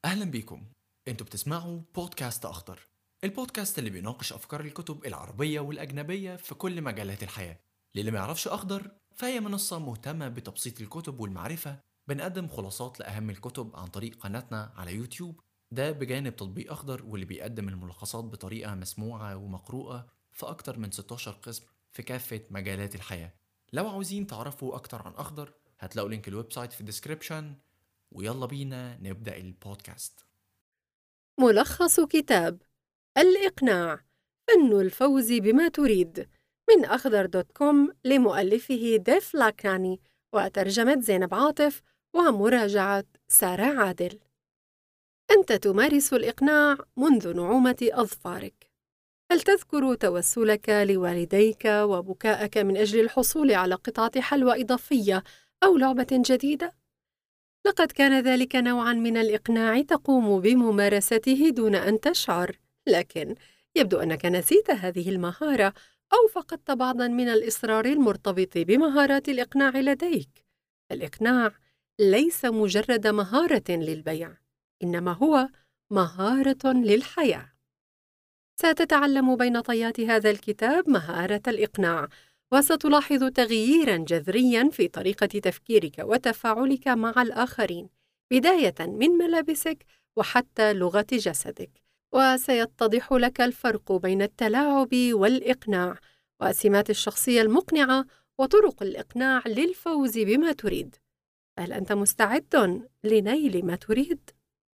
أهلا بيكم. انتوا بتسمعوا بودكاست أخضر، البودكاست اللي بيناقش أفكار الكتب العربية والأجنبية في كل مجالات الحياة. للي ما يعرفش أخضر، فهي منصة مهتمة بتبسيط الكتب والمعرفة. بنقدم خلاصات لأهم الكتب عن طريق قناتنا على يوتيوب، ده بجانب تطبيق أخضر واللي بيقدم الملخصات بطريقة مسموعة ومقروءة في أكتر من 16 قسم في كافة مجالات الحياة. لو عاوزين تعرفوا أكتر عن أخضر، هتلاقوا لينك الويب سايت في الديسكريبشن. ويلا بينا نبدأ البودكاست. ملخص كتاب الإقناع، فن الفوز بما تريد، من أخضر دوت كوم، لمؤلفه ديف لاكاني، وترجمة زينب عاطف، ومراجعة سارة عادل. أنت تمارس الإقناع منذ نعومة أظفارك. هل تذكر توسلك لوالديك وبكاءك من أجل الحصول على قطعة حلوى إضافية أو لعبة جديدة؟ لقد كان ذلك نوعاً من الإقناع تقوم بممارسته دون أن تشعر، لكن يبدو أنك نسيت هذه المهارة أو فقدت بعضاً من الإصرار المرتبط بمهارات الإقناع لديك. الإقناع ليس مجرد مهارة للبيع، إنما هو مهارة للحياة. ستتعلم بين طيات هذا الكتاب مهارة الإقناع، وستلاحظ تغييراً جذرياً في طريقة تفكيرك وتفاعلك مع الآخرين، بداية من ملابسك وحتى لغة جسدك. وسيتضح لك الفرق بين التلاعب والإقناع، وسمات الشخصية المقنعة، وطرق الإقناع للفوز بما تريد. هل أنت مستعد لنيل ما تريد؟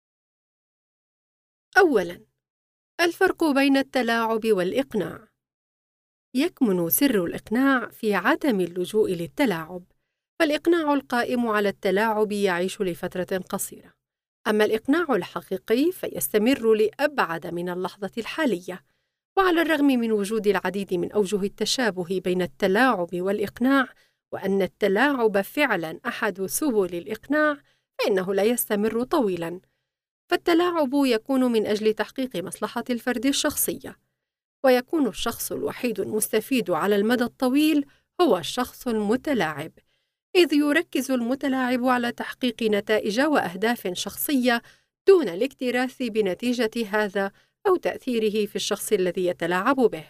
أولاً، الفرق بين التلاعب والإقناع. يكمن سر الإقناع في عدم اللجوء للتلاعب، فالإقناع القائم على التلاعب يعيش لفترة قصيرة، أما الإقناع الحقيقي فيستمر لأبعد من اللحظة الحالية. وعلى الرغم من وجود العديد من أوجه التشابه بين التلاعب والإقناع، وأن التلاعب فعلاً أحد سبل الإقناع، فإنه لا يستمر طويلاً. فالتلاعب يكون من أجل تحقيق مصلحة الفرد الشخصية، ويكون الشخص الوحيد المستفيد على المدى الطويل هو الشخص المتلاعب، إذ يركز المتلاعب على تحقيق نتائج وأهداف شخصية دون الاكتراث بنتيجة هذا أو تأثيره في الشخص الذي يتلاعب به.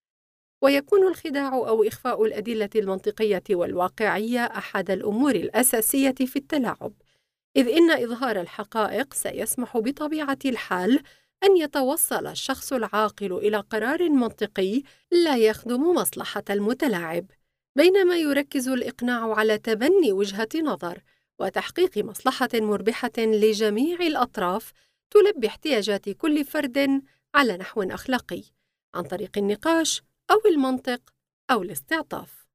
ويكون الخداع أو إخفاء الأدلة المنطقية والواقعية أحد الأمور الأساسية في التلاعب، إذ إن إظهار الحقائق سيسمح بطبيعة الحال أن يتوصل الشخص العاقل إلى قرار منطقي لا يخدم مصلحة المتلاعب، بينما يركز الإقناع على تبني وجهة نظر وتحقيق مصلحة مربحة لجميع الأطراف، تلبي احتياجات كل فرد على نحو أخلاقي، عن طريق النقاش أو المنطق أو الاستعطاف.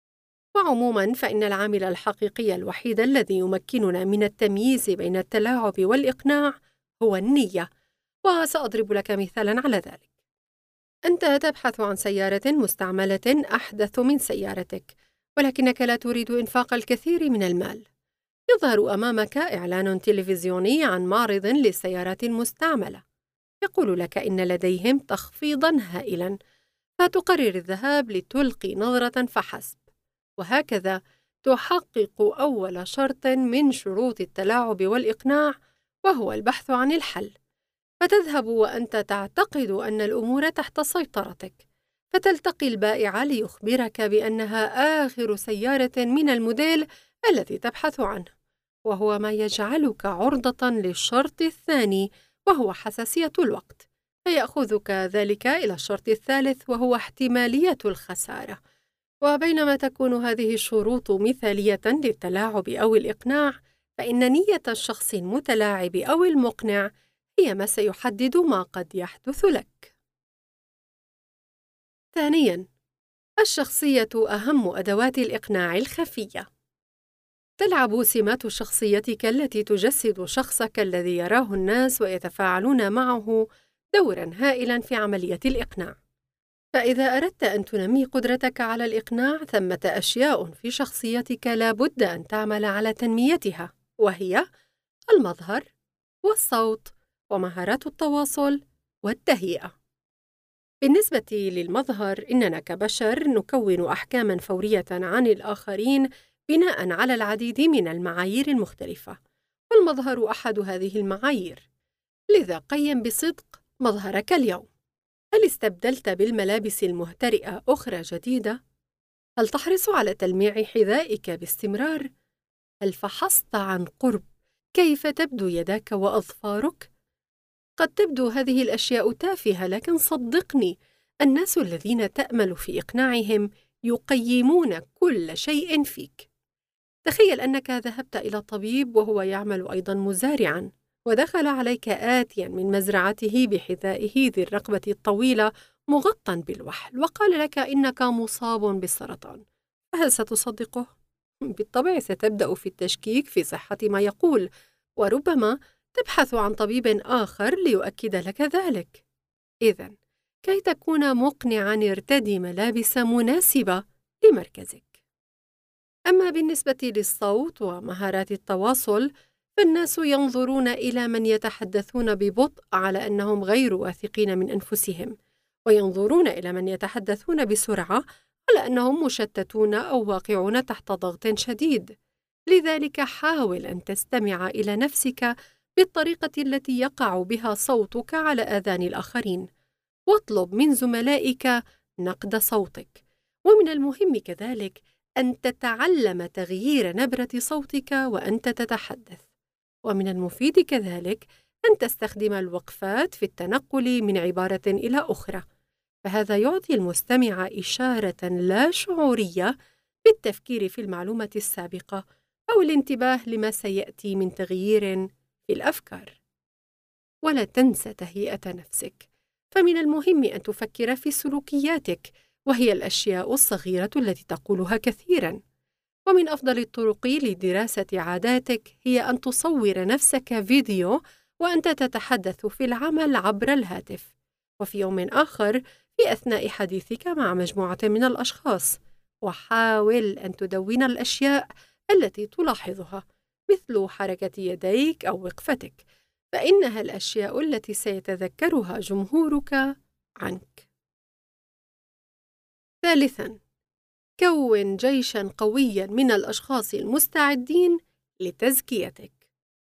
وعموماً فإن العامل الحقيقي الوحيد الذي يمكننا من التمييز بين التلاعب والإقناع هو النية، وسأضرب لك مثالاً على ذلك. أنت تبحث عن سيارة مستعملة أحدث من سيارتك، ولكنك لا تريد إنفاق الكثير من المال. يظهر أمامك إعلان تلفزيوني عن معرض للسيارات المستعملة، يقول لك إن لديهم تخفيضاً هائلاً، فتقرر الذهاب لتلقي نظرة فحسب. وهكذا تحقق أول شرط من شروط التلاعب والإقناع، وهو البحث عن الحل. فتذهب وأنت تعتقد أن الأمور تحت سيطرتك، فتلتقي البائع ليخبرك بأنها آخر سيارة من الموديل الذي تبحث عنه، وهو ما يجعلك عرضة للشرط الثاني، وهو حساسية الوقت. فيأخذك ذلك إلى الشرط الثالث، وهو احتمالية الخسارة. وبينما تكون هذه الشروط مثالية للتلاعب أو الإقناع، فإن نية الشخص المتلاعب أو المقنع هي ما سيحدد ما قد يحدث لك. ثانياً، الشخصية أهم أدوات الإقناع الخفية. تلعب سمات شخصيتك التي تجسد شخصك الذي يراه الناس ويتفاعلون معه دوراً هائلاً في عملية الإقناع. فإذا أردت أن تنمي قدرتك على الإقناع، ثمة أشياء في شخصيتك لا بد أن تعمل على تنميتها، وهي المظهر، والصوت، ومهارات التواصل، والتهيئة. بالنسبة للمظهر، إننا كبشر نكون أحكاماً فورية عن الآخرين بناءً على العديد من المعايير المختلفة، والمظهر أحد هذه المعايير. لذا قيم بصدق مظهرك اليوم. هل استبدلت بالملابس المهترئة أخرى جديدة؟ هل تحرص على تلميع حذائك باستمرار؟ هل فحصت عن قرب كيف تبدو يداك وأظفارك؟ قد تبدو هذه الأشياء تافهة، لكن صدقني، الناس الذين تأمل في إقناعهم يقيمون كل شيء فيك. تخيل أنك ذهبت إلى طبيب وهو يعمل أيضاً مزارعاً، ودخل عليك آتياً من مزرعته بحذائه ذي الرقبة الطويلة مغطى بالوحل، وقال لك إنك مصاب بالسرطان. فهل ستصدقه؟ بالطبع ستبدأ في التشكيك في صحة ما يقول، وربما تبحث عن طبيب آخر ليؤكد لك ذلك. إذن، كي تكون مقنعاً ارتدي ملابس مناسبة لمركزك. أما بالنسبة للصوت ومهارات التواصل، فالناس ينظرون إلى من يتحدثون ببطء على أنهم غير واثقين من أنفسهم، وينظرون إلى من يتحدثون بسرعة على أنهم مشتتون أو واقعون تحت ضغط شديد. لذلك حاول أن تستمع إلى نفسك بالطريقة التي يقع بها صوتك على آذان الآخرين، واطلب من زملائك نقد صوتك. ومن المهم كذلك أن تتعلم تغيير نبرة صوتك وأنت تتحدث. ومن المفيد كذلك أن تستخدم الوقفات في التنقل من عبارة إلى أخرى، فهذا يعطي المستمع إشارة لا شعورية بالتفكير في المعلومة السابقة أو الانتباه لما سيأتي من تغيير في الأفكار. ولا تنسى تهيئة نفسك، فمن المهم أن تفكر في سلوكياتك، وهي الأشياء الصغيرة التي تقولها كثيراً. ومن أفضل الطرق لدراسة عاداتك هي أن تصور نفسك فيديو وأنت تتحدث في العمل عبر الهاتف، وفي يوم آخر في أثناء حديثك مع مجموعة من الأشخاص. وحاول أن تدون الأشياء التي تلاحظها، مثل حركة يديك أو وقفتك، فإنها الأشياء التي سيتذكرها جمهورك عنك. ثالثاً، كون جيشاً قوياً من الأشخاص المستعدين لتزكيتك.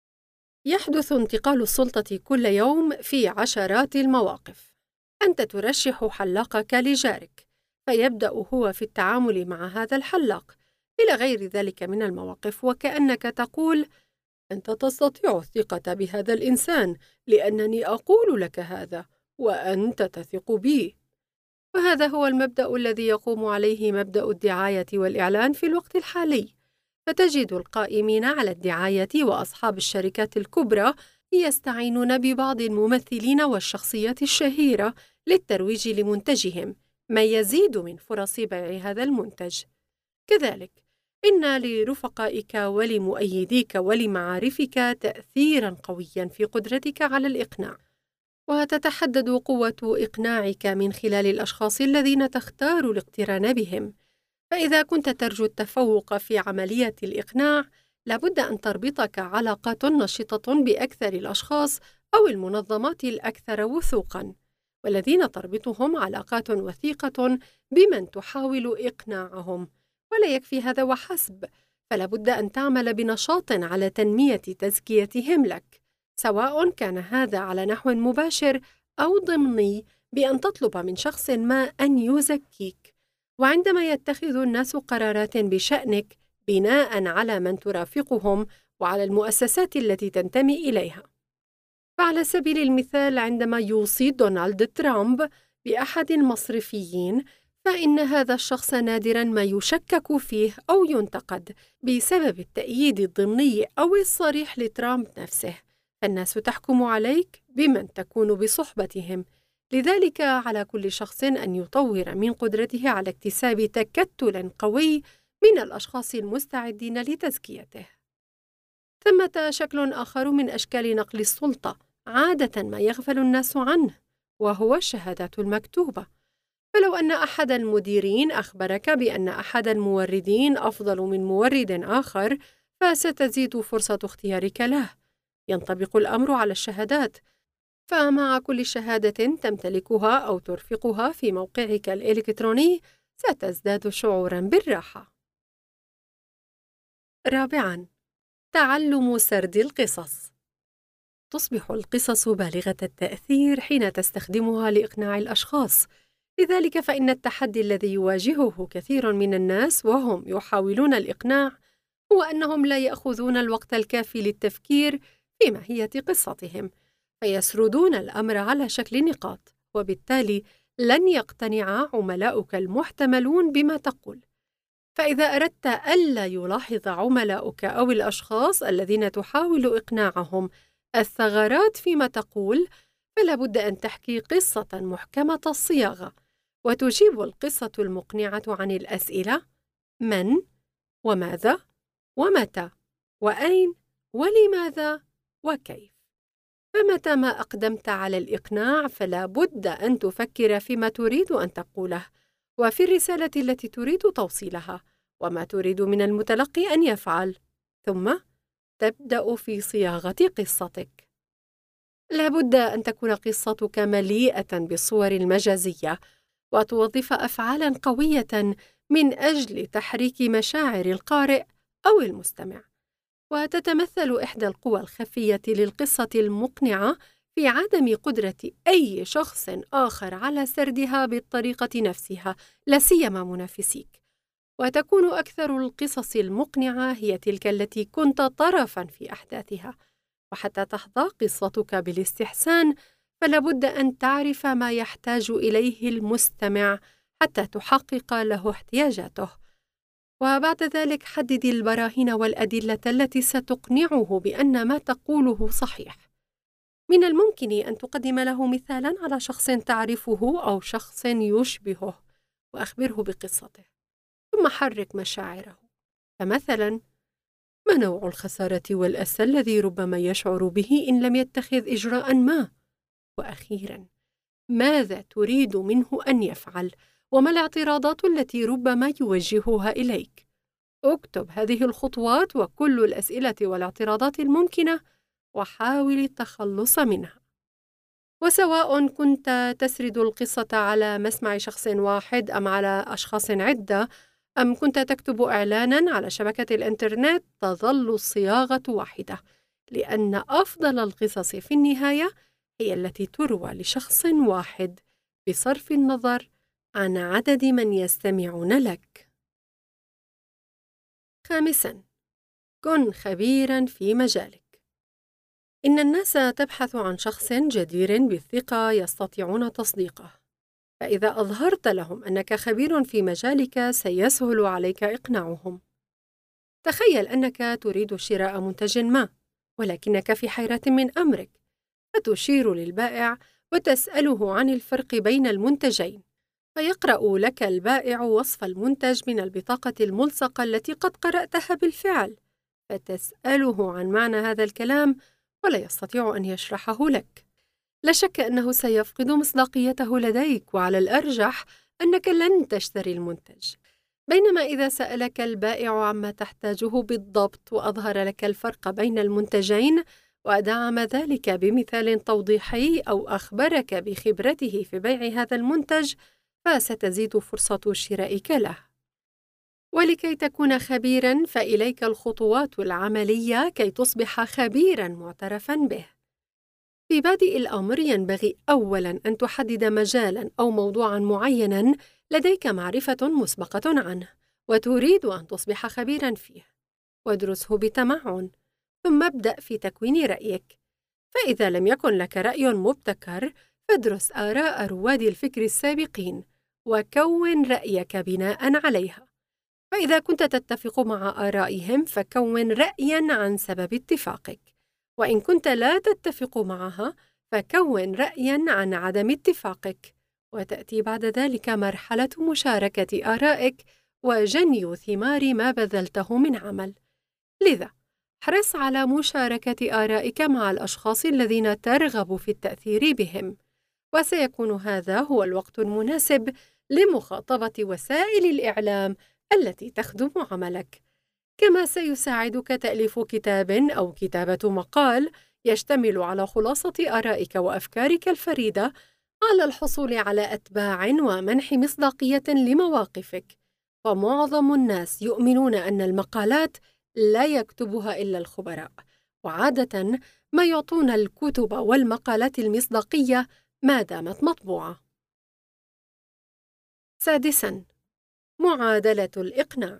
يحدث انتقال السلطة كل يوم في عشرات المواقف. أنت ترشح حلاقك لجارك، فيبدأ هو في التعامل مع هذا الحلاق إلى غير ذلك من المواقف، وكأنك تقول: أنت تستطيع الثقة بهذا الإنسان لأنني أقول لك هذا وأنت تثق بي. وهذا هو المبدأ الذي يقوم عليه مبدأ الدعاية والإعلان في الوقت الحالي. فتجد القائمين على الدعاية وأصحاب الشركات الكبرى يستعينون ببعض الممثلين والشخصيات الشهيرة للترويج لمنتجهم، ما يزيد من فرص بيع هذا المنتج. كذلك إن لرفقائك ولمؤيديك ولمعارفك تأثيراً قوياً في قدرتك على الإقناع، وتتحدد قوة إقناعك من خلال الأشخاص الذين تختار الاقتران بهم. فإذا كنت ترجو التفوق في عملية الإقناع، لابد أن تربطك علاقات نشطة بأكثر الأشخاص أو المنظمات الأكثر وثوقاً، والذين تربطهم علاقات وثيقة بمن تحاول إقناعهم. ولا يكفي هذا وحسب، فلابد أن تعمل بنشاط على تنمية تزكيتهم لك، سواء كان هذا على نحو مباشر أو ضمني، بأن تطلب من شخص ما أن يزكيك. وعندما يتخذ الناس قرارات بشأنك بناء على من ترافقهم وعلى المؤسسات التي تنتمي إليها، فعلى سبيل المثال عندما يوصي دونالد ترامب بأحد المصرفيين، فإن هذا الشخص نادراً ما يشكك فيه أو ينتقد بسبب التأييد الضمني أو الصريح لترامب نفسه، فالناس تحكم عليك بمن تكون بصحبتهم. لذلك على كل شخص أن يطور من قدرته على اكتساب تكتل قوي من الأشخاص المستعدين لتزكيته. ثمة شكل آخر من أشكال نقل السلطة عادة ما يغفل الناس عنه، وهو الشهادات المكتوبة. فلو أن أحد المديرين أخبرك بأن أحد الموردين أفضل من مورد آخر، فستزيد فرصة اختيارك له. ينطبق الأمر على الشهادات، فمع كل شهادة تمتلكها أو ترفقها في موقعك الإلكتروني ستزداد شعوراً بالراحة. رابعاً، تعلم سرد القصص. تصبح القصص بالغة التأثير حين تستخدمها لإقناع الأشخاص. لذلك فإن التحدي الذي يواجهه كثير من الناس وهم يحاولون الإقناع هو أنهم لا يأخذون الوقت الكافي للتفكير في ماهية قصتهم، فيسردون الأمر على شكل نقاط، وبالتالي لن يقتنع عملاؤك المحتملون بما تقول. فإذا أردت ألا يلاحظ عملاؤك أو الأشخاص الذين تحاول إقناعهم الثغرات فيما تقول، فلا بد أن تحكي قصة محكمة الصياغة، وتجيب القصة المقنعة عن الأسئلة: من، وماذا، ومتى، وأين، ولماذا، وكيف. فمتى ما أقدمت على الإقناع فلا بد أن تفكر فيما تريد أن تقوله، وفي الرسالة التي تريد توصيلها، وما تريد من المتلقي أن يفعل، ثم تبدأ في صياغة قصتك. لا بد أن تكون قصتك مليئة بالصور المجازية، وتوظف أفعالاً قوية من أجل تحريك مشاعر القارئ أو المستمع. وتتمثل إحدى القوى الخفية للقصة المقنعة في عدم قدرة أي شخص آخر على سردها بالطريقة نفسها، لا سيما منافسيك. وتكون أكثر القصص المقنعة هي تلك التي كنت طرفاً في أحداثها. وحتى تحظى قصتك بالاستحسان فلا بد أن تعرف ما يحتاج إليه المستمع حتى تحقق له احتياجاته. وبعد ذلك حدد البراهين والأدلة التي ستقنعه بأن ما تقوله صحيح. من الممكن أن تقدم له مثالاً على شخص تعرفه أو شخص يشبهه، وأخبره بقصته، ثم حرك مشاعره. فمثلاً: ما نوع الخسارة والأسى الذي ربما يشعر به إن لم يتخذ إجراء ما؟ وأخيراً: ماذا تريد منه أن يفعل؟ وما الاعتراضات التي ربما يوجهها إليك؟ اكتب هذه الخطوات وكل الأسئلة والاعتراضات الممكنة، وحاول التخلص منها. وسواء كنت تسرد القصة على مسمع شخص واحد أم على أشخاص عدة، أم كنت تكتب إعلاناً على شبكة الإنترنت، تظل الصياغة واحدة، لأن أفضل القصص في النهاية هي التي تروى لشخص واحد بصرف النظر عن عدد من يستمعون لك. 5. كن خبيراً في مجالك. إن الناس تبحث عن شخص جدير بالثقة يستطيعون تصديقه، فإذا أظهرت لهم أنك خبير في مجالك سيسهل عليك إقناعهم. تخيل أنك تريد شراء منتج ما، ولكنك في حيرة من أمرك، فتشير للبائع وتسأله عن الفرق بين المنتجين، فيقرأ لك البائع وصف المنتج من البطاقة الملصقة التي قد قرأتها بالفعل، فتسأله عن معنى هذا الكلام ولا يستطيع أن يشرحه لك. لا شك أنه سيفقد مصداقيته لديك، وعلى الأرجح أنك لن تشتري المنتج. بينما إذا سألك البائع عما تحتاجه بالضبط وأظهر لك الفرق بين المنتجين ودعم ذلك بمثال توضيحي أو أخبرك بخبرته في بيع هذا المنتج، فستزيد فرصة شرائك له. ولكي تكون خبيراً فإليك الخطوات العملية كي تصبح خبيراً معترفاً به. في بادئ الأمر ينبغي أولاً أن تحدد مجالاً أو موضوعاً معيناً لديك معرفة مسبقة عنه وتريد أن تصبح خبيراً فيه، وادرسه بتمعن، ثم ابدأ في تكوين رأيك. فإذا لم يكن لك رأي مبتكر، فادرس آراء رواد الفكر السابقين وكون رأيك بناء عليها. فإذا كنت تتفق مع آرائهم فكون رأياً عن سبب اتفاقك، وإن كنت لا تتفق معها فكون رأياً عن عدم اتفاقك، وتأتي بعد ذلك مرحلة مشاركة آرائك وجني ثمار ما بذلته من عمل. لذا احرص على مشاركة آرائك مع الأشخاص الذين ترغب في التأثير بهم، وسيكون هذا هو الوقت المناسب لمخاطبة وسائل الإعلام التي تخدم عملك. كما سيساعدك تأليف كتاب أو كتابة مقال يشتمل على خلاصة آرائك وأفكارك الفريدة على الحصول على أتباع ومنح مصداقية لمواقفك. ومعظم الناس يؤمنون أن المقالات لا يكتبها إلا الخبراء، وعادة ما يعطون الكتب والمقالات المصداقية ما دامت مطبوعة. سادساً، معادلة الإقناع.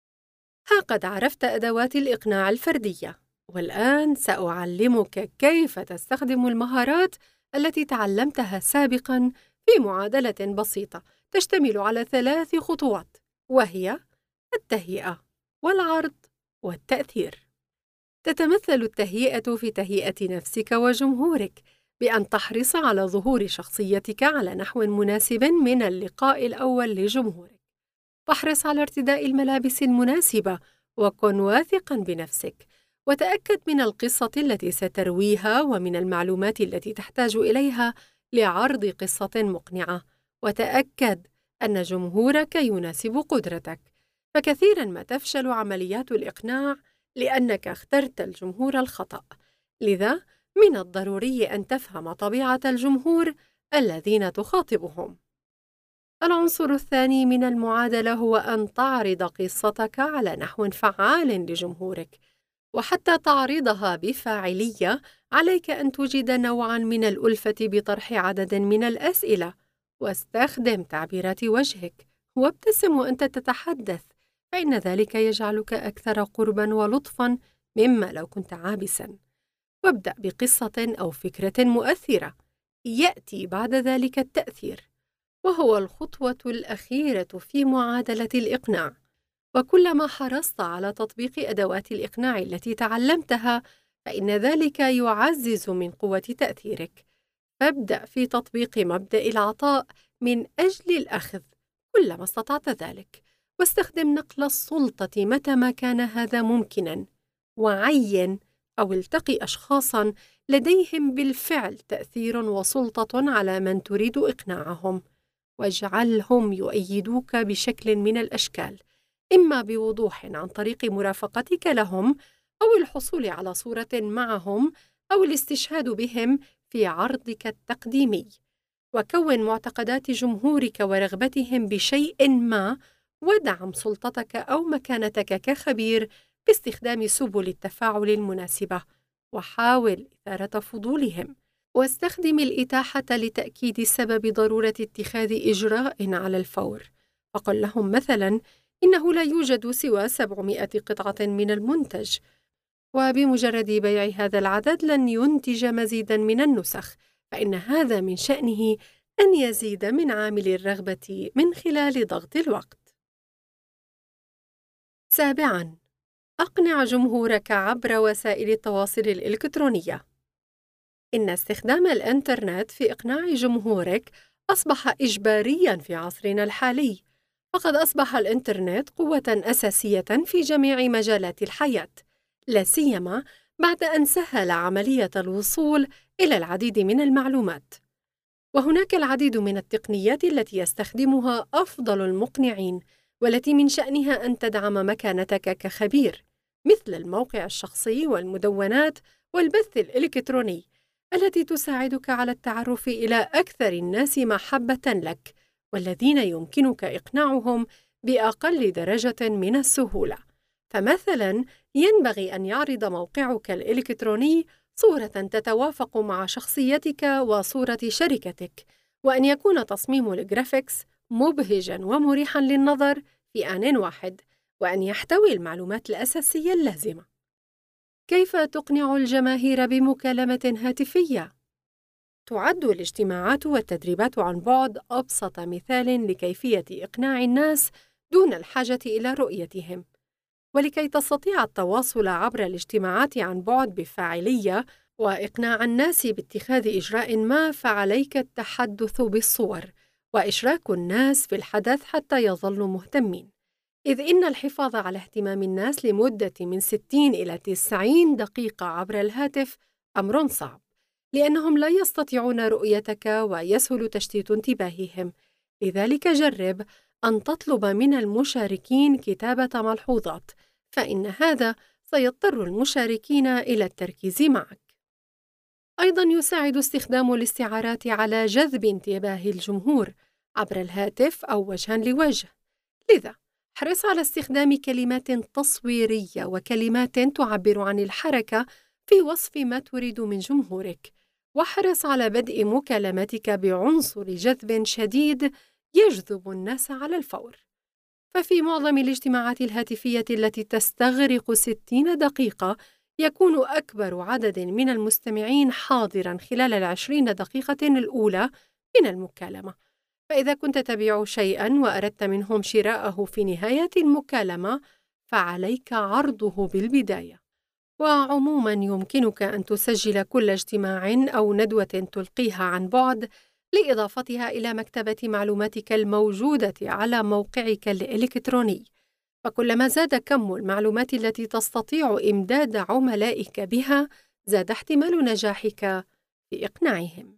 ها قد عرفت أدوات الإقناع الفردية، والآن سأعلمك كيف تستخدم المهارات التي تعلمتها سابقاً في معادلة بسيطة تشتمل على 3 خطوات، وهي التهيئة والعرض والتأثير. تتمثل التهيئة في تهيئة نفسك وجمهورك بأن تحرص على ظهور شخصيتك على نحو مناسب من اللقاء الأول لجمهورك. واحرص على ارتداء الملابس المناسبة، وكن واثقاً بنفسك، وتأكد من القصة التي سترويها ومن المعلومات التي تحتاج إليها لعرض قصة مقنعة، وتأكد أن جمهورك يناسب قدرتك. فكثيراً ما تفشل عمليات الإقناع لأنك اخترت الجمهور الخطأ، لذا من الضروري أن تفهم طبيعة الجمهور الذين تخاطبهم. العنصر الثاني من المعادلة هو أن تعرض قصتك على نحو فعال لجمهورك، وحتى تعرضها بفاعلية عليك أن توجد نوعاً من الألفة بطرح عدد من الأسئلة، واستخدم تعبيرات وجهك، وابتسم وأنت تتحدث، فإن ذلك يجعلك أكثر قرباً ولطفاً مما لو كنت عابساً. وابدأ بقصة أو فكرة مؤثرة، يأتي بعد ذلك التأثير، وهو الخطوة الأخيرة في معادلة الإقناع. وكلما حرصت على تطبيق أدوات الإقناع التي تعلمتها، فإن ذلك يعزز من قوة تأثيرك. فابدأ في تطبيق مبدأ العطاء من أجل الأخذ كلما استطعت ذلك، واستخدم نقل السلطة متى ما كان هذا ممكناً، وعين أو التقي أشخاصاً لديهم بالفعل تأثير وسلطة على من تريد إقناعهم، واجعلهم يؤيدوك بشكل من الأشكال، إما بوضوح عن طريق مرافقتك لهم، أو الحصول على صورة معهم، أو الاستشهاد بهم في عرضك التقديمي. وكون معتقدات جمهورك ورغبتهم بشيء ما، ودعم سلطتك أو مكانتك كخبير باستخدام سبل التفاعل المناسبة، وحاول إثارة فضولهم، واستخدم الإتاحة لتأكيد سبب ضرورة اتخاذ إجراء على الفور. فقل لهم مثلاً إنه لا يوجد سوى 700 قطعة من المنتج، وبمجرد بيع هذا العدد لن ينتج مزيداً من النسخ، فإن هذا من شأنه أن يزيد من عامل الرغبة من خلال ضغط الوقت. سابعاً، أقنع جمهورك عبر وسائل التواصل الإلكترونية. إن استخدام الإنترنت في إقناع جمهورك أصبح إجبارياً في عصرنا الحالي، فقد أصبح الإنترنت قوة أساسية في جميع مجالات الحياة، لا سيما بعد أن سهل عملية الوصول إلى العديد من المعلومات. وهناك العديد من التقنيات التي يستخدمها أفضل المقنعين، والتي من شأنها أن تدعم مكانتك كخبير، مثل الموقع الشخصي والمدونات والبث الإلكتروني، التي تساعدك على التعرف إلى أكثر الناس محبة لك، والذين يمكنك إقناعهم بأقل درجة من السهولة. فمثلاً، ينبغي أن يعرض موقعك الإلكتروني صورة تتوافق مع شخصيتك وصورة شركتك، وأن يكون تصميم الجرافيكس مبهجاً ومريحاً للنظر في آن واحد، وأن يحتوي المعلومات الأساسية اللازمة. كيف تقنع الجماهير بمكالمة هاتفية؟ تعد الاجتماعات والتدريبات عن بعد أبسط مثال لكيفية إقناع الناس دون الحاجة إلى رؤيتهم. ولكي تستطيع التواصل عبر الاجتماعات عن بعد بفاعلية وإقناع الناس باتخاذ إجراء ما، فعليك التحدث بالصور وإشراك الناس في الحدث حتى يظلوا مهتمين، إذ إن الحفاظ على اهتمام الناس لمدة من 60 إلى 90 دقيقة عبر الهاتف أمر صعب، لأنهم لا يستطيعون رؤيتك ويسهل تشتيت انتباههم. لذلك جرب أن تطلب من المشاركين كتابة ملحوظات، فإن هذا سيضطر المشاركين إلى التركيز معك. أيضاً يساعد استخدام الاستعارات على جذب انتباه الجمهور عبر الهاتف أو وجهاً لوجه، لذا احرص على استخدام كلمات تصويرية وكلمات تعبر عن الحركة، في وصف ما تريد من جمهورك، واحرص على بدء مكالمتك بعنصر جذب شديد يجذب الناس على الفور. ففي معظم الاجتماعات الهاتفية التي تستغرق 60 دقيقة، يكون أكبر عدد من المستمعين حاضراً خلال 20 دقيقة الأولى من المكالمة. فإذا كنت تبيع شيئاً وأردت منهم شراءه في نهاية المكالمة، فعليك عرضه بالبداية. وعموماً يمكنك أن تسجل كل اجتماع أو ندوة تلقيها عن بعد لإضافتها إلى مكتبة معلوماتك الموجودة على موقعك الإلكتروني. فكلما زاد كم المعلومات التي تستطيع إمداد عملائك بها، زاد احتمال نجاحك في إقناعهم.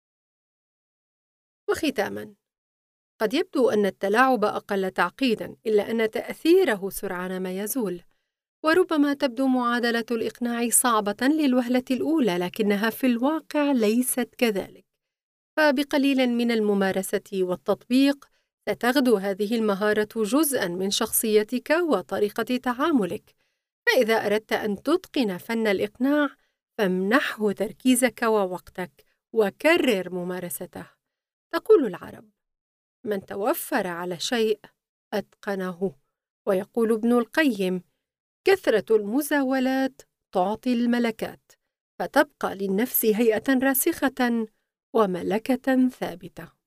وختاماً، قد يبدو أن التلاعب أقل تعقيداً، إلا أن تأثيره سرعان ما يزول. وربما تبدو معادلة الإقناع صعبة للوهلة الأولى، لكنها في الواقع ليست كذلك. فبقليل من الممارسة والتطبيق ستغدو هذه المهارة جزءاً من شخصيتك وطريقة تعاملك. فإذا أردت أن تتقن فن الإقناع، فامنحه تركيزك ووقتك وكرر ممارسته. تقول العرب: من توفر على شيء أتقنه. ويقول ابن القيم: كثرة المزاولات تعطي الملكات، فتبقى للنفس هيئة راسخة وملكة ثابتة.